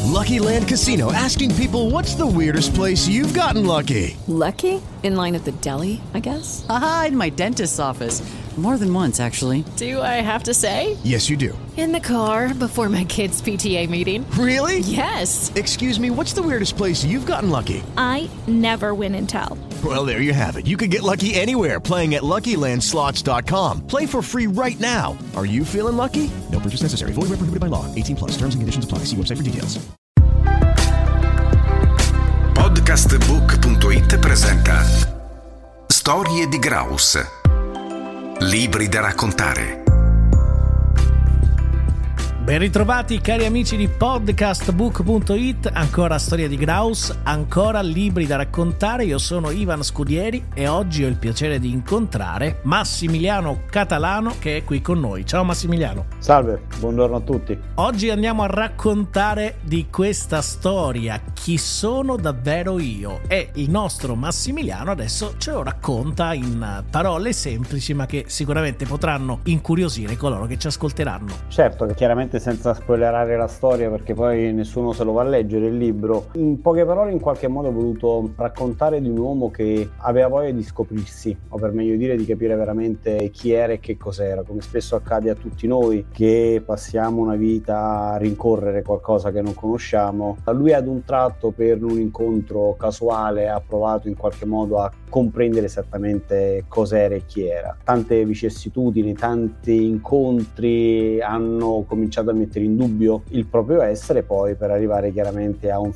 Lucky Land Casino, asking people, what's the weirdest place you've gotten lucky? Lucky? In line at the deli, I guess? Aha, in my dentist's office. More than once, actually. Do I have to say? Yes, you do. In the car before my kids' PTA meeting. Really? Yes. Excuse me, what's the weirdest place you've gotten lucky? I never win and tell. Well, there you have it. You can get lucky anywhere, playing at LuckyLandSlots.com. Play for free right now. Are you feeling lucky? No purchase necessary. Void where prohibited by law. 18+. Terms and conditions apply. See website for details. Podcastbook.it presenta Storie di Graus. Libri da raccontare. Ben ritrovati cari amici di podcastbook.it, ancora Storia di Graus, ancora libri da raccontare. Io sono Ivan Scudieri e oggi ho il piacere di incontrare Massimiliano Catalano, che è qui con noi. Ciao Massimiliano. Salve, buongiorno a tutti. Oggi andiamo a raccontare di questa storia, Chi sono davvero io? E il nostro Massimiliano adesso ce lo racconta in parole semplici ma che sicuramente potranno incuriosire coloro che ci ascolteranno. Certo, chiaramente senza spoilerare la storia, perché poi nessuno se lo va a leggere il libro. In poche parole, in qualche modo ho voluto raccontare di un uomo che aveva voglia di scoprirsi, o per meglio dire di capire veramente chi era e che cos'era, come spesso accade a tutti noi che passiamo una vita a rincorrere qualcosa che non conosciamo. Lui ad un tratto, per un incontro casuale, ha provato in qualche modo a comprendere esattamente cos'era e chi era. Tante vicissitudini, tanti incontri hanno cominciato a mettere in dubbio il proprio essere, poi per arrivare chiaramente a un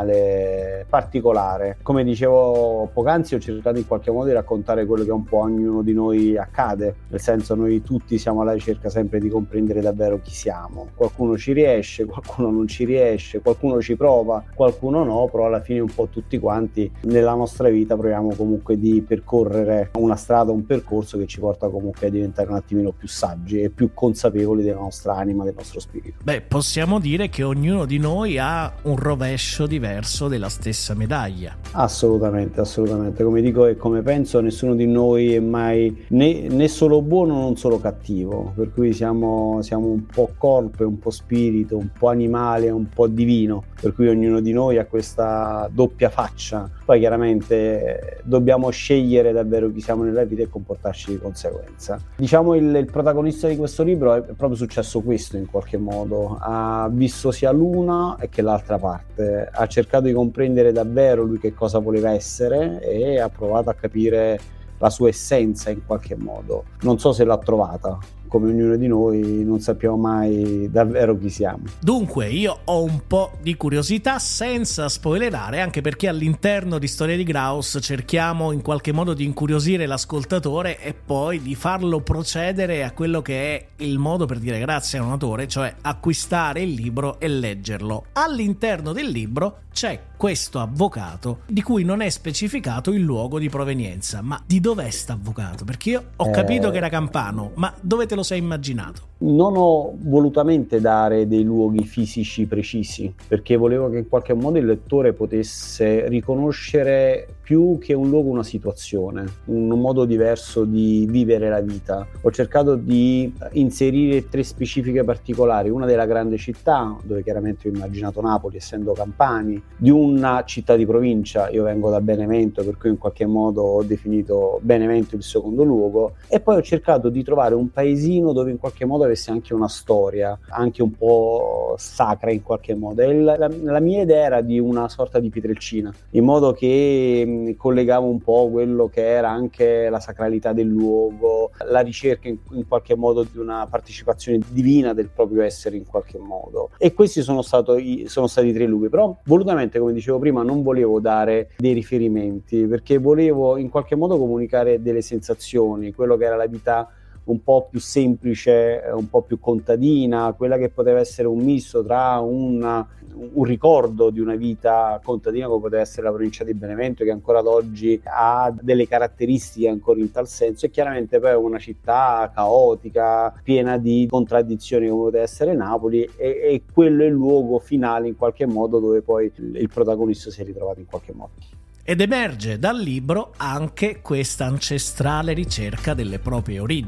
finale particolare. Come dicevo poc'anzi, ho cercato in qualche modo di raccontare quello che un po' a ognuno di noi accade, nel senso noi tutti siamo alla ricerca sempre di comprendere davvero chi siamo. Qualcuno ci riesce, qualcuno non ci riesce, qualcuno ci prova, qualcuno no, però alla fine un po' tutti quanti nella nostra vita proviamo comunque di percorrere una strada, un percorso che ci porta comunque a diventare un attimino più saggi e più consapevoli della nostra anima, del nostro spirito. Beh, possiamo dire che ognuno di noi ha un rovescio diverso della stessa medaglia. Assolutamente, assolutamente. Come dico e come penso, nessuno di noi è mai né solo buono, non solo cattivo, per cui siamo un po' corpo e un po' spirito, un po' animale e un po' divino, per cui ognuno di noi ha questa doppia faccia. Poi chiaramente dobbiamo scegliere davvero chi siamo nella vita e comportarci di conseguenza. Diciamo il protagonista di questo libro è proprio successo questo in qualche modo, ha visto sia l'una che l'altra parte, ha cercato di comprendere davvero lui che cosa voleva essere e ha provato a capire la sua essenza in qualche modo. Non so se l'ha trovata. Come ognuno di noi non sappiamo mai davvero chi siamo. Dunque io ho un po' di curiosità senza spoilerare, anche perché all'interno di Storia di Graus cerchiamo in qualche modo di incuriosire l'ascoltatore e poi di farlo procedere a quello che è il modo per dire grazie a un autore, cioè acquistare il libro e leggerlo. All'interno del libro c'è questo avvocato di cui non è specificato il luogo di provenienza. Ma di dov'è sta avvocato? Perché io ho capito che era campano, ma dove te lo sei immaginato? Non ho volutamente dare dei luoghi fisici precisi, perché volevo che in qualche modo il lettore potesse riconoscere più che un luogo una situazione, un modo diverso di vivere la vita. Ho cercato di inserire 3 specifiche particolari: una della grande città, dove chiaramente ho immaginato Napoli essendo campani, di una città di provincia, io vengo da Benevento, per cui in qualche modo ho definito Benevento il secondo luogo, e poi ho cercato di trovare un paesino dove in qualche modo avesse anche una storia, anche un po' sacra in qualche modo. E la mia idea era di una sorta di Pietrelcina, in modo che collegavo un po' quello che era anche la sacralità del luogo, la ricerca in qualche modo di una partecipazione divina del proprio essere in qualche modo. E questi sono stati 3 luoghi, però volutamente, come dicevo prima, non volevo dare dei riferimenti, perché volevo in qualche modo comunicare delle sensazioni, quello che era la vita un po' più semplice, un po' più contadina, quella che poteva essere un misto tra un ricordo di una vita contadina come poteva essere la provincia di Benevento, che ancora ad oggi ha delle caratteristiche ancora in tal senso, e chiaramente poi una città caotica, piena di contraddizioni come poteva essere Napoli, e quello è il luogo finale in qualche modo dove poi il protagonista si è ritrovato in qualche modo. Ed emerge dal libro anche questa ancestrale ricerca delle proprie origini.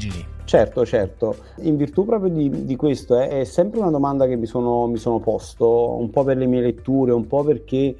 Certo. In virtù proprio di questo è sempre una domanda che mi sono posto, un po' per le mie letture, un po' perché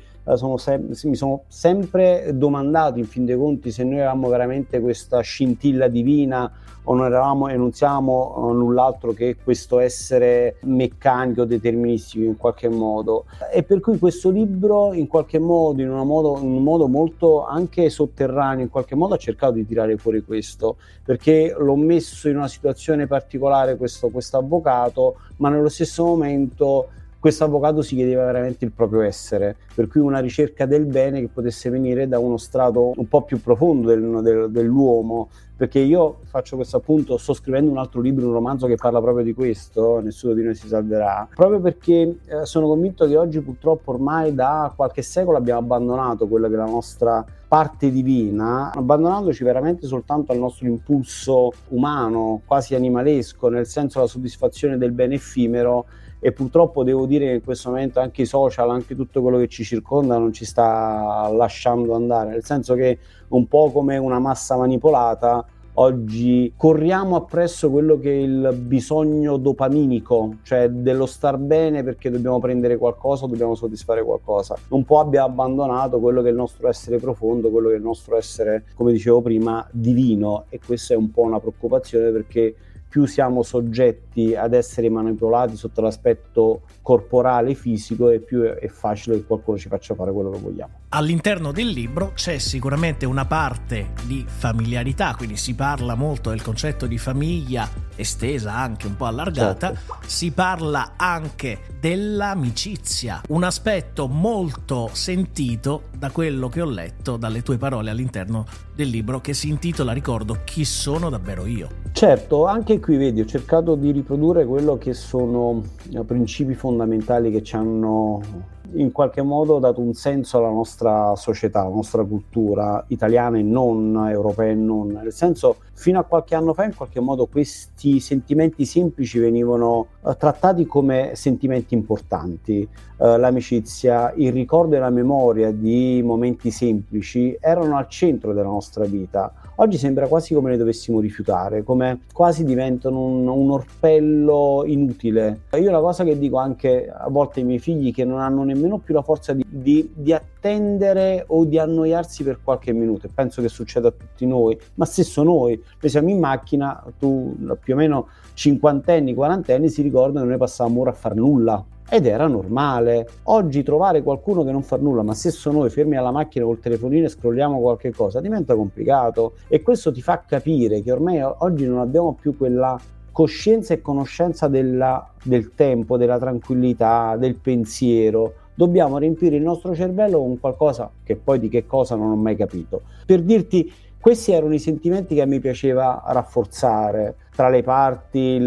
mi sono sempre domandato, in fin dei conti, se noi avevamo veramente questa scintilla divina o non siamo null'altro che questo essere meccanico, deterministico in qualche modo. E per cui questo libro, in qualche modo, in un modo molto anche sotterraneo, in qualche modo ha cercato di tirare fuori questo, perché l'ho messo in una situazione particolare questo avvocato, ma nello stesso momento questo avvocato si chiedeva veramente il proprio essere, per cui una ricerca del bene che potesse venire da uno strato un po' più profondo dell'uomo, perché io faccio questo appunto, sto scrivendo un altro libro, un romanzo che parla proprio di questo, Nessuno di noi si salverà, proprio perché sono convinto che oggi purtroppo ormai da qualche secolo abbiamo abbandonato quella che è la nostra parte divina, abbandonandoci veramente soltanto al nostro impulso umano, quasi animalesco, nel senso la soddisfazione del bene effimero. E purtroppo devo dire che in questo momento anche i social, anche tutto quello che ci circonda non ci sta lasciando andare, nel senso che un po' come una massa manipolata oggi corriamo appresso quello che è il bisogno dopaminico, cioè dello star bene perché dobbiamo prendere qualcosa, dobbiamo soddisfare qualcosa. Un po' abbiamo abbandonato quello che è il nostro essere profondo, quello che è il nostro essere, come dicevo prima, divino, e questa è un po' una preoccupazione, perché più siamo soggetti ad essere manipolati sotto l'aspetto corporale, fisico, e più è facile che qualcuno ci faccia fare quello che vogliamo. All'interno del libro c'è sicuramente una parte di familiarità, quindi si parla molto del concetto di famiglia estesa, anche un po' allargata, certo. Si parla anche dell'amicizia, un aspetto molto sentito da quello che ho letto, dalle tue parole all'interno del libro, che si intitola, ricordo, Chi sono davvero io. Certo, anche qui vedi, ho cercato di riprodurre quello che sono principi fondamentali che ci hanno in qualche modo dato un senso alla nostra società, alla nostra cultura italiana e non, europea e non, nel senso, fino a qualche anno fa in qualche modo questi sentimenti semplici venivano trattati come sentimenti importanti. L'amicizia, il ricordo e la memoria di momenti semplici erano al centro della nostra vita. Oggi sembra quasi come le dovessimo rifiutare, come quasi diventano un orpello inutile. Io la cosa che dico anche a volte ai miei figli, che non hanno nemmeno più la forza di attendere o di annoiarsi per qualche minuto, e penso che succeda a tutti noi, ma stesso noi siamo in macchina, tu più o meno cinquantenni, quarantenni si ricordano che noi passavamo ora a far nulla. Ed era normale. Oggi trovare qualcuno che non fa nulla, ma stesso noi fermi alla macchina col telefonino e scrolliamo qualche cosa, diventa complicato, e questo ti fa capire che ormai oggi non abbiamo più quella coscienza e conoscenza del tempo, della tranquillità, del pensiero. Dobbiamo riempire il nostro cervello con qualcosa che poi di che cosa non ho mai capito. Per dirti, questi erano i sentimenti che mi piaceva rafforzare tra le parti,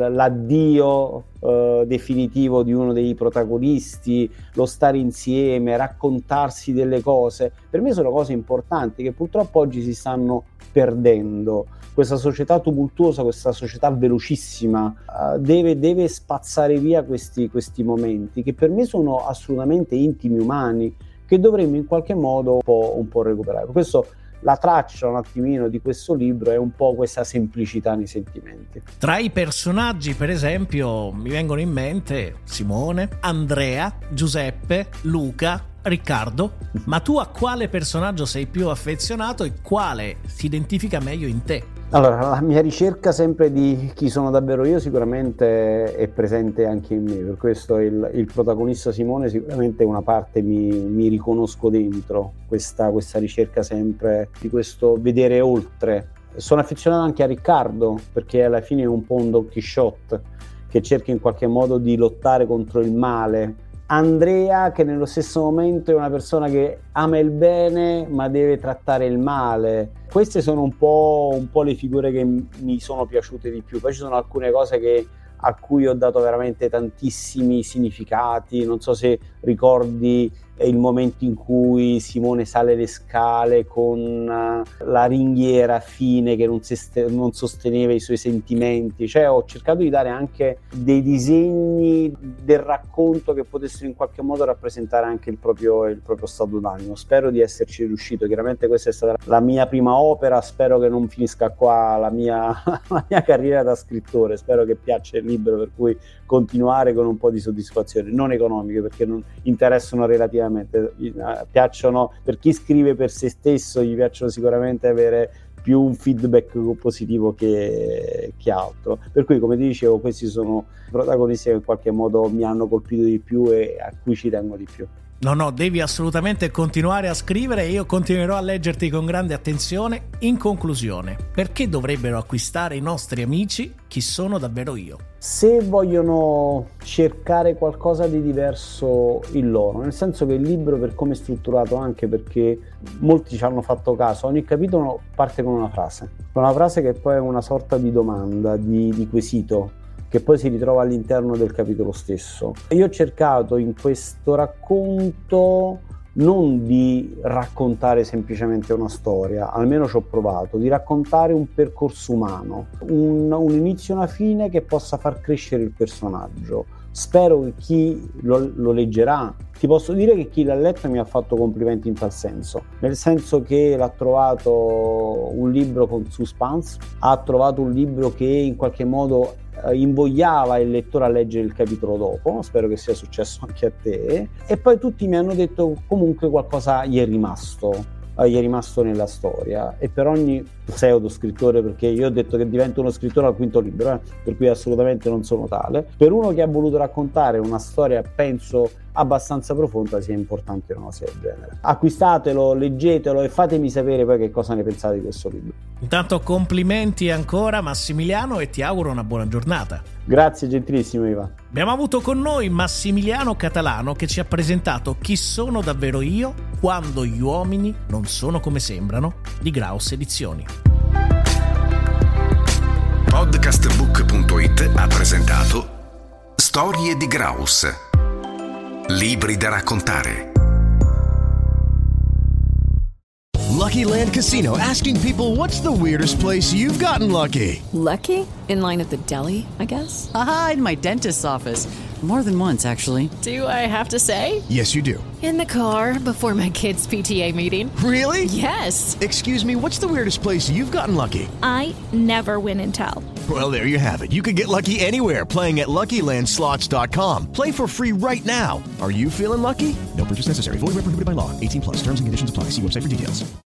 l'addio definitivo di uno dei protagonisti, lo stare insieme, raccontarsi delle cose. Per me sono cose importanti che purtroppo oggi si stanno perdendo. Questa società tumultuosa, questa società velocissima deve spazzare via questi momenti che per me sono assolutamente intimi, umani, che dovremmo in qualche modo un po' recuperare. Per questo la traccia un attimino di questo libro è un po' questa semplicità nei sentimenti. Tra i personaggi, per esempio, mi vengono in mente Simone, Andrea, Giuseppe, Luca, Riccardo. Ma tu a quale personaggio sei più affezionato e quale si identifica meglio in te? Allora, la mia ricerca sempre di chi sono davvero io sicuramente è presente anche in me, per questo il protagonista Simone sicuramente una parte mi riconosco dentro, questa ricerca sempre di questo vedere oltre. Sono affezionato anche a Riccardo, perché alla fine è un po' un Don Quixote che cerca in qualche modo di lottare contro il male. Andrea, che nello stesso momento è una persona che ama il bene ma deve trattare il male. Queste sono un po' le figure che mi sono piaciute di più. Poi ci sono alcune cose a cui ho dato veramente tantissimi significati. Non so se ricordi il momento in cui Simone sale le scale con la ringhiera fine che non sosteneva i suoi sentimenti, cioè ho cercato di dare anche dei disegni del racconto che potessero in qualche modo rappresentare anche il proprio stato d'animo. Spero di esserci riuscito. Chiaramente questa è stata la mia prima opera, spero che non finisca qua la mia carriera da scrittore, spero che piaccia il libro, per cui continuare con un po' di soddisfazione, non economiche perché non interessano relativamente, piacciono per chi scrive per se stesso, gli piacciono sicuramente avere più un feedback positivo che altro, per cui come ti dicevo questi sono protagonisti che in qualche modo mi hanno colpito di più e a cui ci tengo di più. No, devi assolutamente continuare a scrivere e io continuerò a leggerti con grande attenzione. In conclusione, perché dovrebbero acquistare i nostri amici Chi sono davvero io? Se vogliono cercare qualcosa di diverso in loro, nel senso che il libro, per come è strutturato, anche perché molti ci hanno fatto caso, ogni capitolo parte con una frase che poi è una sorta di domanda, di quesito, che poi si ritrova all'interno del capitolo stesso. Io ho cercato in questo racconto non di raccontare semplicemente una storia, almeno ci ho provato, di raccontare un percorso umano, un inizio e una fine che possa far crescere il personaggio. Spero che chi lo leggerà, ti posso dire che chi l'ha letto mi ha fatto complimenti in tal senso, nel senso che l'ha trovato un libro con suspense, ha trovato un libro che in qualche modo invogliava il lettore a leggere il capitolo dopo, spero che sia successo anche a te, e poi tutti mi hanno detto comunque qualcosa gli è rimasto nella storia, e per ogni pseudo scrittore, perché io ho detto che divento uno scrittore al quinto libro, per cui assolutamente non sono tale, per uno che ha voluto raccontare una storia penso abbastanza profonda sia importante una cosa del genere. Acquistatelo, leggetelo e fatemi sapere poi che cosa ne pensate di questo libro. Intanto complimenti ancora Massimiliano e ti auguro una buona giornata. Grazie, gentilissimo Ivan. Abbiamo avuto con noi Massimiliano Catalano che ci ha presentato Chi sono davvero io quando gli uomini non sono come sembrano di Graus Edizioni. Podcastbook.it ha presentato Storie di Graus. Libri da raccontare. Lucky Land Casino, asking people, what's the weirdest place you've gotten lucky? Lucky? In line at the deli, I guess? Aha, in my dentist's office. More than once, actually. Do I have to say? Yes, you do. In the car before my kids' PTA meeting. Really? Yes. Excuse me, what's the weirdest place you've gotten lucky? I never win and tell. Well, there you have it. You can get lucky anywhere, playing at LuckyLandSlots.com. Play for free right now. Are you feeling lucky? No purchase necessary. Void where prohibited by law. 18+. Terms and conditions apply. See website for details.